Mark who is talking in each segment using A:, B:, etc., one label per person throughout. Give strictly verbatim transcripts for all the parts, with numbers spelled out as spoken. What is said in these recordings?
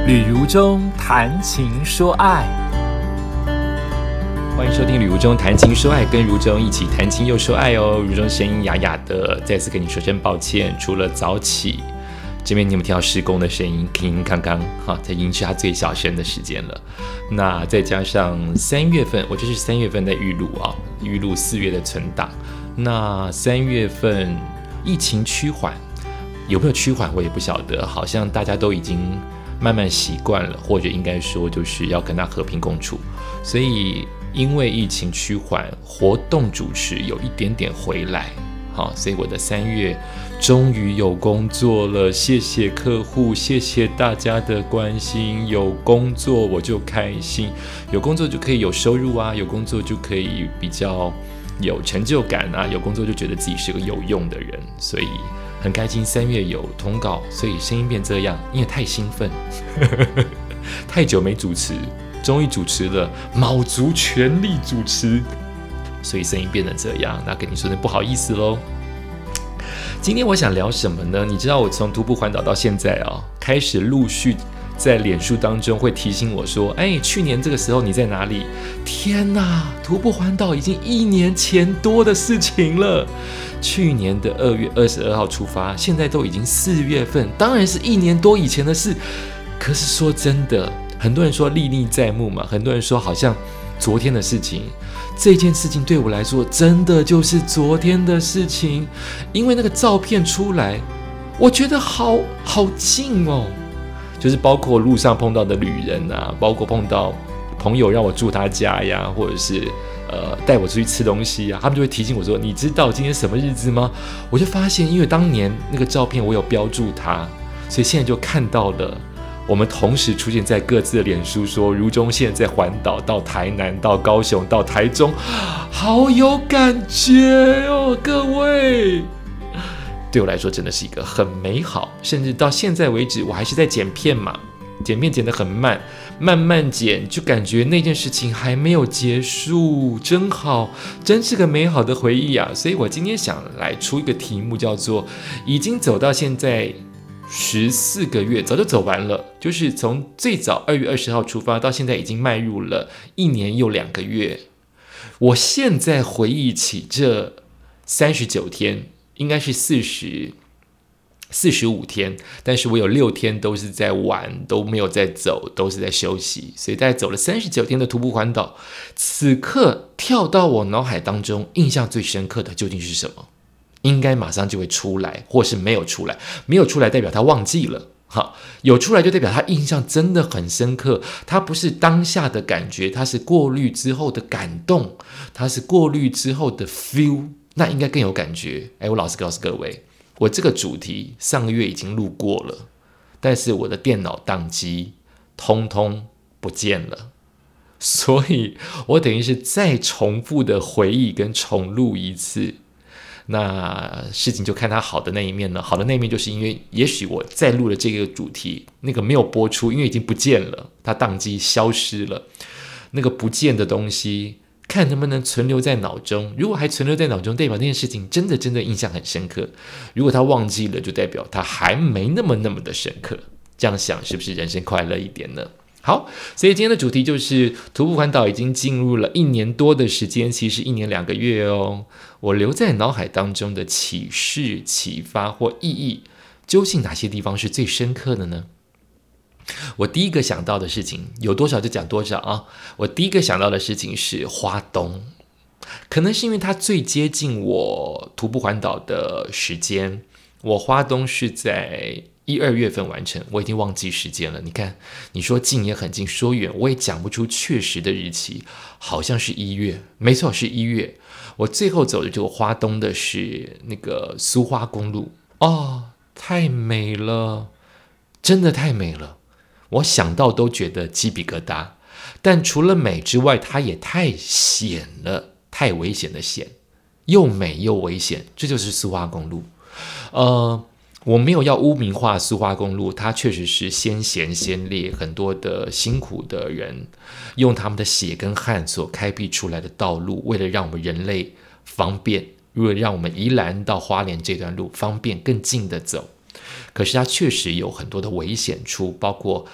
A: 旅如中谈情说爱，
B: 欢迎收听旅如中谈情说爱，跟如中一起谈情又说爱哦。如中声音哑哑的，再次跟你说声抱歉。除了早起，这边你有没有听到施工的声音？铿铿锵锵，哈，这已经是它最小声的时间了。那再加上三月份，我这是三月份在预录啊，预录四月的存档。那三月份疫情趋缓，有没有趋缓我也不晓得，好像大家都已经慢慢习惯了，或者应该说就是要跟它和平共处。所以因为疫情趋缓，活动主持有一点点回来，好，所以我的三月终于有工作了，谢谢客户，谢谢大家的关心。有工作我就开心，有工作就可以有收入啊，有工作就可以比较有成就感啊，有工作就觉得自己是个有用的人，所以很开心。三月有通告，所以声音变这样，因为太兴奋，太久没主持，终于主持了，卯足全力主持，所以声音变成这样。那跟你说声不好意思咯。今天我想聊什么呢？你知道我从徒步环岛到现在啊、哦，开始陆续在脸书当中会提醒我说，哎，去年这个时候你在哪里？天哪，徒步环岛已经一年前多的事情了。去年的二月二十二号出发，现在都已经四月份，当然是一年多以前的事。可是说真的，很多人说历历在目嘛，很多人说好像昨天的事情。这件事情对我来说真的就是昨天的事情，因为那个照片出来，我觉得好好近哦。就是包括路上碰到的旅人啊，包括碰到朋友让我住他家呀，或者是呃带我出去吃东西啊，他们就会提醒我说：“你知道今天什么日子吗？”我就发现，因为当年那个照片我有标注它，所以现在就看到了。我们同时出现在各自的脸书说，如中现在环岛到台南到高雄到台中，好有感觉哦，各位。对我来说真的是一个很美好，甚至到现在为止我还是在剪片嘛，剪片剪得很慢，慢慢剪，就感觉那件事情还没有结束，真好，真是个美好的回忆啊。所以我今天想来出一个题目，叫做已经走到现在十四个月，早就走完了，就是从最早二月二十号出发到现在已经迈入了一年又两个月。我现在回忆起这三十九天，应该是四十四十五天，但是我有六天都是在玩，都没有在走，都是在休息，所以大概走了三十九天的徒步环岛。此刻跳到我脑海当中印象最深刻的究竟是什么？应该马上就会出来，或是没有出来。没有出来代表他忘记了，好，有出来就代表他印象真的很深刻。他不是当下的感觉，他是过滤之后的感动，他是过滤之后的 feel， 那应该更有感觉。哎，我老实告诉各位，我这个主题上个月已经录过了，但是我的电脑宕机，通通不见了，所以我等于是再重复的回忆跟重录一次。那事情就看它好的那一面了。好的那一面就是因为也许我再录了这个主题，那个没有播出，因为已经不见了，它宕机消失了。那个不见的东西，看能不能存留在脑中。如果还存留在脑中，代表那件事情真的真的印象很深刻。如果他忘记了，就代表他还没那么那么的深刻。这样想是不是人生快乐一点呢？好，所以今天的主题就是徒步环岛已经进入了一年多的时间，其实一年两个月哦。我留在脑海当中的启示、启发或意义，究竟哪些地方是最深刻的呢？我第一个想到的事情，有多少就讲多少啊。我第一个想到的事情是花东，可能是因为它最接近我徒步环岛的时间。我花东是在一二月份完成，我已经忘记时间了。你看，你说近也很近，说远我也讲不出确实的日期，好像是一月，没错，是一月。我最后走的这个花东的是那个苏花公路，哦，太美了，真的太美了，我想到都觉得鸡皮疙瘩。但除了美之外，它也太险了，太危险的险，又美又危险，这就是苏花公路。呃。我没有要污名化苏花公路，它确实是先贤先烈，很多的辛苦的人用他们的血跟汗所开辟出来的道路，为了让我们人类方便，为了让我们宜兰到花莲这段路方便更近的走。可是它确实有很多的危险处，包括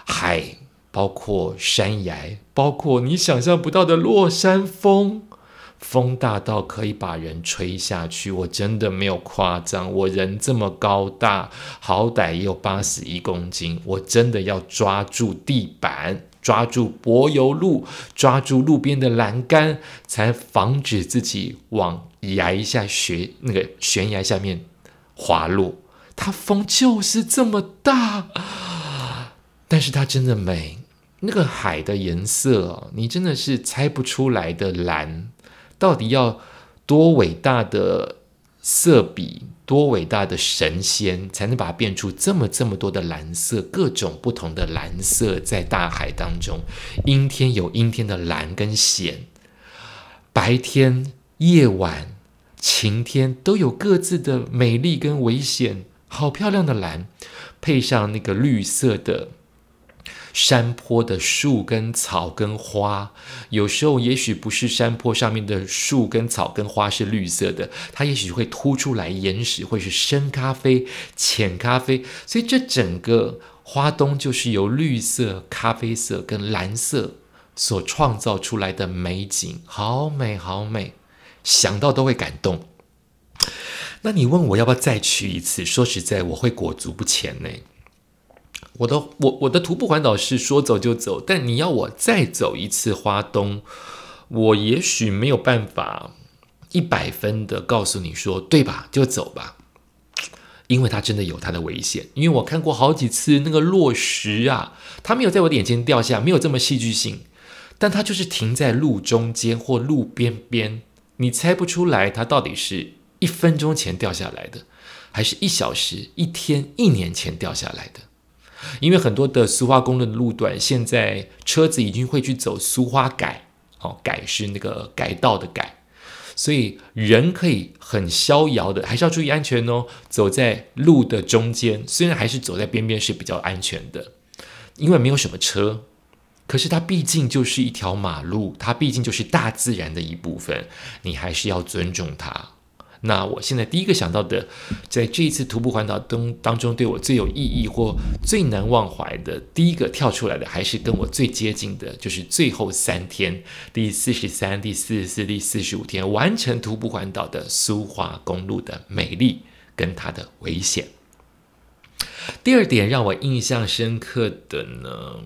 B: 海，包括山崖，包括你想象不到的落山风，风大到可以把人吹下去。我真的没有夸张，我人这么高大，好歹也有八十一公斤，我真的要抓住地板，抓住柏油路，抓住路边的栏杆，才防止自己往崖下悬那个悬崖下面滑落。它风就是这么大，但是它真的美。那个海的颜色、哦、你真的是猜不出来的蓝，到底要多伟大的色笔，多伟大的神仙，才能把它变出这么这么多的蓝色，各种不同的蓝色在大海当中。阴天有阴天的蓝跟显，白天夜晚晴天都有各自的美丽跟危险。好漂亮的蓝，配上那个绿色的山坡的树跟草跟花，有时候也许不是山坡上面的树跟草跟花是绿色的，它也许会凸出来，岩石会是深咖啡、浅咖啡，所以这整个花东就是由绿色、咖啡色跟蓝色所创造出来的美景，好美好美，想到都会感动。那你问我要不要再去一次？说实在，我会裹足不前呢。我的我我的徒步环岛是说走就走，但你要我再走一次花东，我也许没有办法一百分的告诉你说对吧，就走吧，因为它真的有它的危险。因为我看过好几次那个落石啊，它没有在我的眼前掉下，没有这么戏剧性，但它就是停在路中间或路边边，你猜不出来它到底是一分钟前掉下来的，还是一小时、一天、一年前掉下来的。因为很多的苏花公路的路段，现在车子已经会去走苏花改，哦，改是那个改道的改，所以人可以很逍遥的，还是要注意安全哦。走在路的中间，虽然还是走在边边是比较安全的，因为没有什么车，可是它毕竟就是一条马路，它毕竟就是大自然的一部分，你还是要尊重它。那我现在第一个想到的，在这一次徒步环岛当中对我最有意义或最难忘怀的，第一个跳出来的还是跟我最接近的，就是最后三天，第四十三、第四十四、第四十五天完成徒步环岛的苏花公路的美丽跟它的危险。第二点让我印象深刻的呢，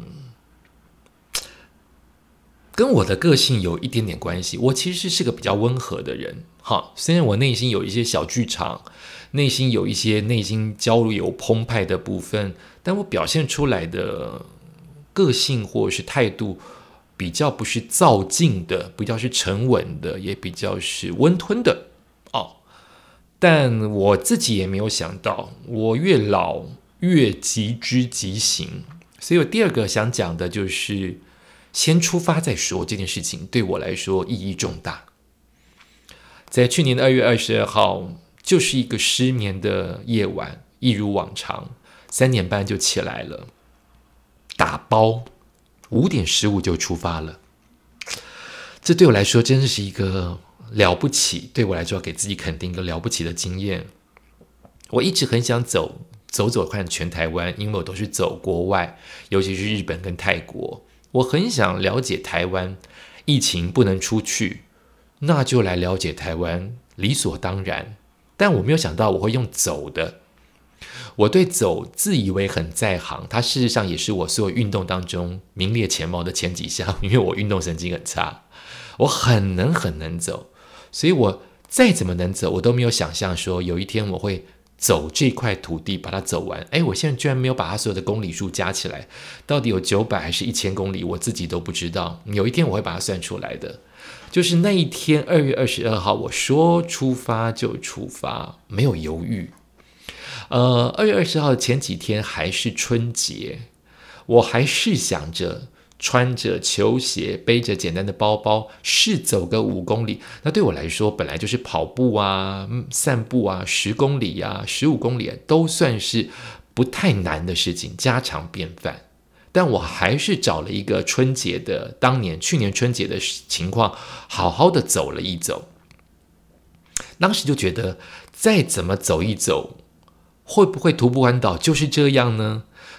B: 跟我的个性有一点点关系。我其实是个比较温和的人，好，虽然我内心有一些小剧场，内心有一些内心交流澎湃的部分，但我表现出来的个性或是态度比较不是躁进的，比较是沉稳的，也比较是温吞的哦。但我自己也没有想到，我越老越急之急行。所以我第二个想讲的就是先出发再说，这件事情对我来说意义重大。在去年的二月二十二号，就是一个失眠的夜晚，一如往常，三点半就起来了，打包，五点十五就出发了。这对我来说真的是一个了不起，对我来说要给自己肯定一个了不起的经验。我一直很想走走走看全台湾，因为我都是走国外，尤其是日本跟泰国。我很想了解台湾，疫情不能出去，那就来了解台湾，理所当然。但我没有想到我会用走的。我对走自以为很在行，它事实上也是我所有运动当中名列前茅的前几项，因为我运动神经很差，我很能很能走，所以我再怎么能走，我都没有想象说有一天我会走这块土地把它走完。哎，我现在居然没有把它所有的公里数加起来，到底有九百还是一千公里，我自己都不知道。有一天我会把它算出来的。就是那一天二月二十二号，我说出发就出发，没有犹豫。呃，二月二十号的前几天还是春节，我还是想着穿着球鞋，背着简单的包包，试走个五公里。那对我来说，本来就是跑步啊、散步啊，十公里啊、十五公里啊，都算是不太难的事情，家常便饭。但我还是找了一个春节的，当年去年春节的情况，好好的走了一走。当时就觉得，再怎么走一走，会不会徒步环岛就是这样呢？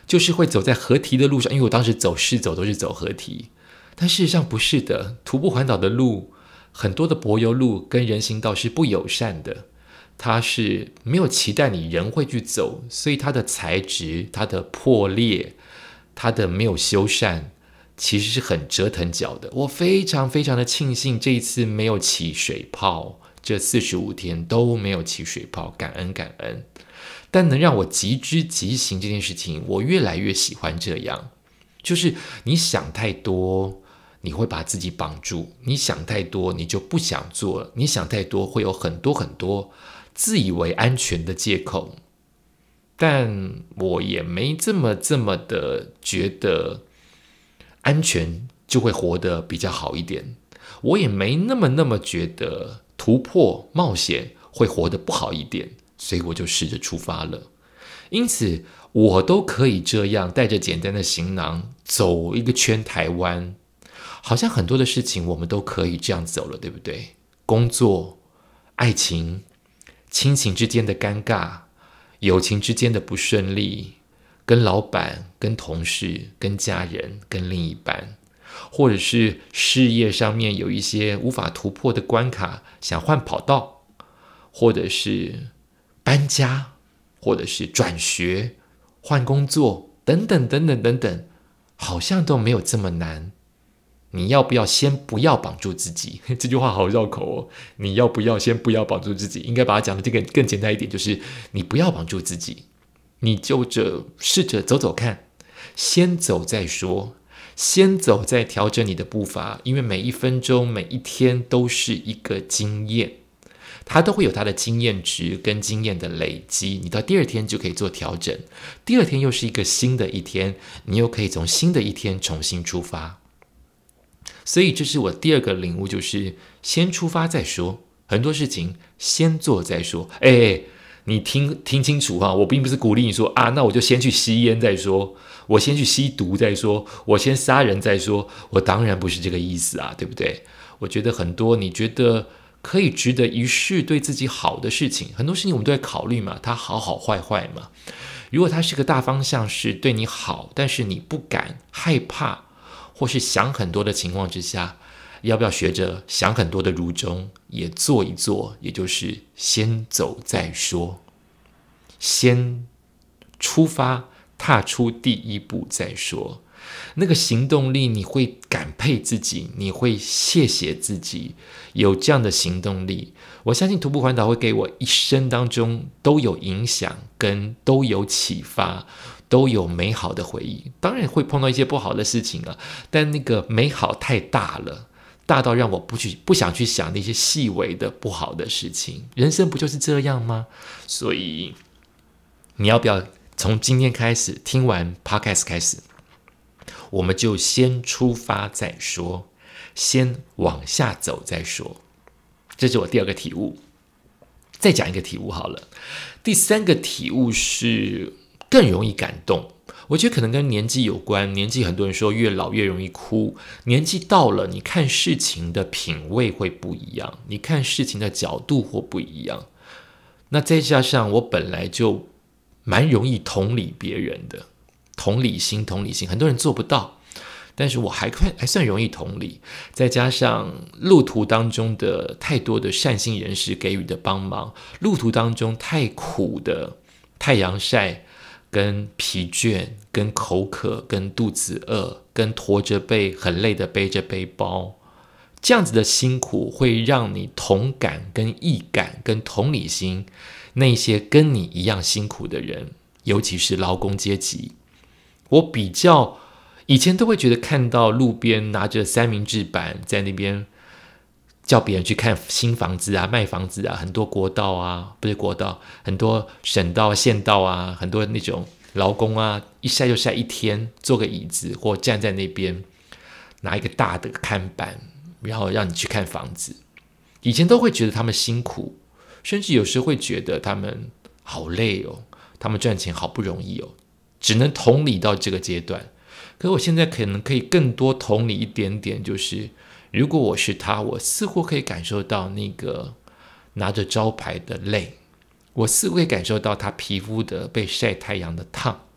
B: 就是会走在河堤的路上，因为我当时走试走都是走河堤，但事实上不是的，徒步环岛的路，很多的柏油路跟人行道是不友善的，它是没有期待你人会去走，所以它的材质、它的破裂、它的没有修缮，其实是很折腾脚的。我非常非常的庆幸这一次没有起水泡，这四十五天都没有起水泡，感恩感恩。但能让我即知即行这件事情，我越来越喜欢这样。就是你想太多，你会把自己绑住；你想太多，你就不想做了；你想太多，会有很多很多自以为安全的借口。但我也没这么这么的觉得安全就会活得比较好一点，我也没那么那么觉得突破冒险会活得不好一点。所以我就试着出发了。因此我都可以这样带着简单的行囊走一个圈台湾，好像很多的事情我们都可以这样走了，对不对？工作、爱情、亲情之间的尴尬，友情之间的不顺利，跟老板、跟同事、跟家人、跟另一半，或者是事业上面有一些无法突破的关卡，想换跑道，或者是搬家，或者是转学、换工作，等等等等等等，好像都没有这么难。你要不要先不要绑住自己？这句话好绕口哦。你要不要先不要绑住自己？应该把它讲的这个更简单一点，就是你不要绑住自己，你就着试着走走看，先走再说，先走再调整你的步伐，因为每一分钟、每一天都是一个经验。它都会有它的经验值跟经验的累积，你到第二天就可以做调整，第二天又是一个新的一天，你又可以从新的一天重新出发。所以这是我第二个领悟，就是先出发再说，很多事情先做再说。哎，你听听清楚哈，我并不是鼓励你说啊，那我就先去吸烟再说，我先去吸毒再说，我先杀人再说，我当然不是这个意思啊，对不对？我觉得很多你觉得可以值得一试对自己好的事情，很多事情我们都在考虑嘛，它好好坏坏嘛。如果它是个大方向是对你好，但是你不敢、害怕或是想很多的情况之下，要不要学着想很多的如中也做一做，也就是先走再说，先出发踏出第一步再说。那个行动力，你会感佩自己，你会谢谢自己有这样的行动力。我相信徒步环岛会给我一生当中都有影响，跟都有启发，都有美好的回忆。当然会碰到一些不好的事情啊，但那个美好太大了，大到让我不去不想去想那些细微的不好的事情。人生不就是这样吗？所以你要不要从今天开始，听完 podcast 开始，我们就先出发再说，先往下走再说。这是我第二个体悟。再讲一个体悟好了。第三个体悟是更容易感动。我觉得可能跟年纪有关，年纪很多人说越老越容易哭，年纪到了，你看事情的品味会不一样，你看事情的角度会不一样。那再加上我本来就蛮容易同理别人的，同理心同理心很多人做不到，但是我还还算容易同理，再加上路途当中的太多的善心人士给予的帮忙，路途当中太苦的太阳晒跟疲倦跟口渴跟肚子饿跟驼着背很累的背着背包，这样子的辛苦会让你同感跟义感跟同理心那些跟你一样辛苦的人，尤其是劳工阶级。我比较以前都会觉得看到路边拿着三明治板在那边叫别人去看新房子啊卖房子啊，很多国道啊不是国道，很多省道县道啊，很多那种劳工啊一晒就晒一天，坐个椅子或站在那边拿一个大的看板，然后让你去看房子。以前都会觉得他们辛苦，甚至有时会觉得他们好累哦，他们赚钱好不容易哦，只能同理到这个阶段。可我现在可能可以更多同理一点点，就是如果我是他，我似乎可以感受到那个拿着招牌的累，我似乎可以感受到他皮肤的被晒太阳的烫，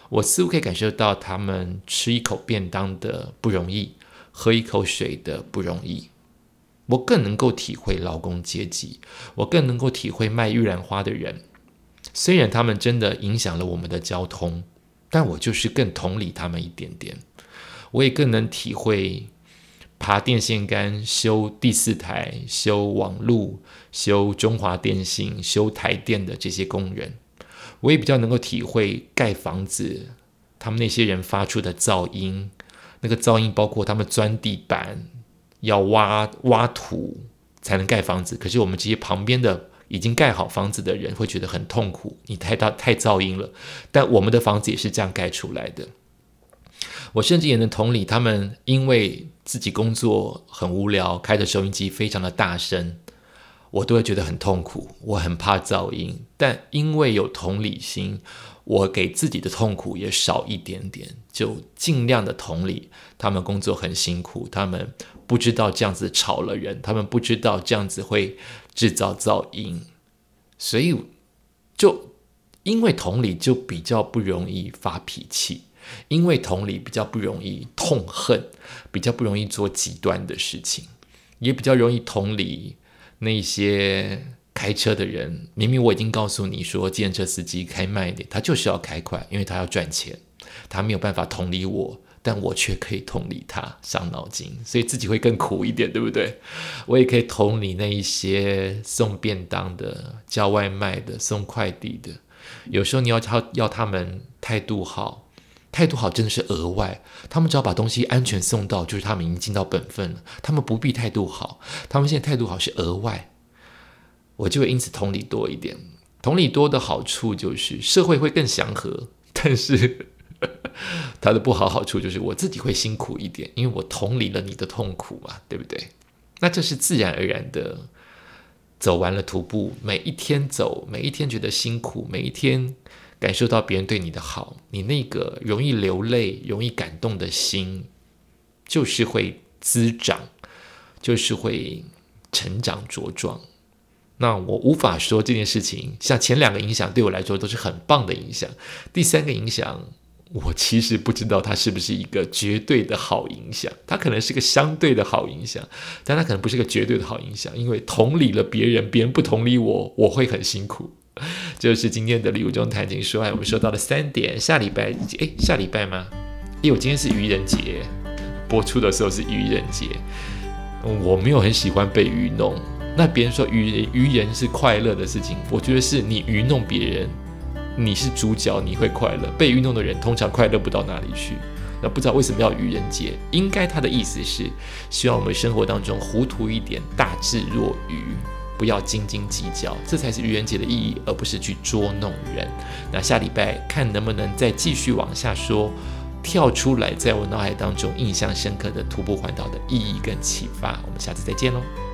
B: 我似乎可以感受到他们吃一口便当的不容易，喝一口水的不容易。我更能够体会劳工阶级，我更能够体会卖玉兰花的人。虽然他们真的影响了我们的交通，但我就是更同理他们一点点。我也更能体会爬电线杆、修第四台、修网路、修中华电信、修台电的这些工人。我也比较能够体会盖房子他们那些人发出的噪音，那个噪音包括他们钻地板，要挖挖土才能盖房子，可是我们这些旁边的已经盖好房子的人会觉得很痛苦，你太大太噪音了，但我们的房子也是这样盖出来的。我甚至也能同理他们因为自己工作很无聊，开的收音机非常的大声，我都会觉得很痛苦，我很怕噪音，但因为有同理心，我给自己的痛苦也少一点点，就尽量的同理他们工作很辛苦，他们不知道这样子吵了人，他们不知道这样子会制造噪音，所以就因为同理就比较不容易发脾气，因为同理比较不容易痛恨，比较不容易做极端的事情，也比较容易同理那些开车的人。明明我已经告诉你说计程车司机开慢一点，他就是要开快，因为他要赚钱，他没有办法同理我，但我却可以同理他，伤脑筋，所以自己会更苦一点，对不对？我也可以同理那一些送便当的、叫外卖的、送快递的，有时候你要要他们态度好，态度好真的是额外，他们只要把东西安全送到，就是他们已经尽到本分了，他们不必态度好，他们现在态度好是额外，我就会因此同理多一点。同理多的好处就是社会会更祥和，但是它的不好好处就是我自己会辛苦一点，因为我同理了你的痛苦嘛，对不对？那这是自然而然的，走完了徒步，每一天走，每一天觉得辛苦，每一天感受到别人对你的好，你那个容易流泪、容易感动的心，就是会滋长，就是会成长茁壮。那我无法说这件事情，像前两个影响对我来说都是很棒的影响，第三个影响我其实不知道它是不是一个绝对的好影响，它可能是个相对的好影响，但它可能不是个绝对的好影响，因为同理了别人，别人不同理我，我会很辛苦。就是今天的礼物中谈情说爱，我们说到了三点。下礼拜，诶，下礼拜吗？因为我今天是愚人节，播出的时候是愚人节，我没有很喜欢被愚弄。那别人说愚愚人是快乐的事情，我觉得是你愚弄别人，你是主角，你会快乐。被愚弄的人通常快乐不到哪里去。那不知道为什么要愚人节？应该他的意思是希望我们生活当中糊涂一点，大智若愚。不要斤斤计较，这才是愚人节的意义，而不是去捉弄人。那下礼拜看能不能再继续往下说，跳出来在我脑海当中印象深刻的徒步环岛的意义跟启发。我们下次再见喽。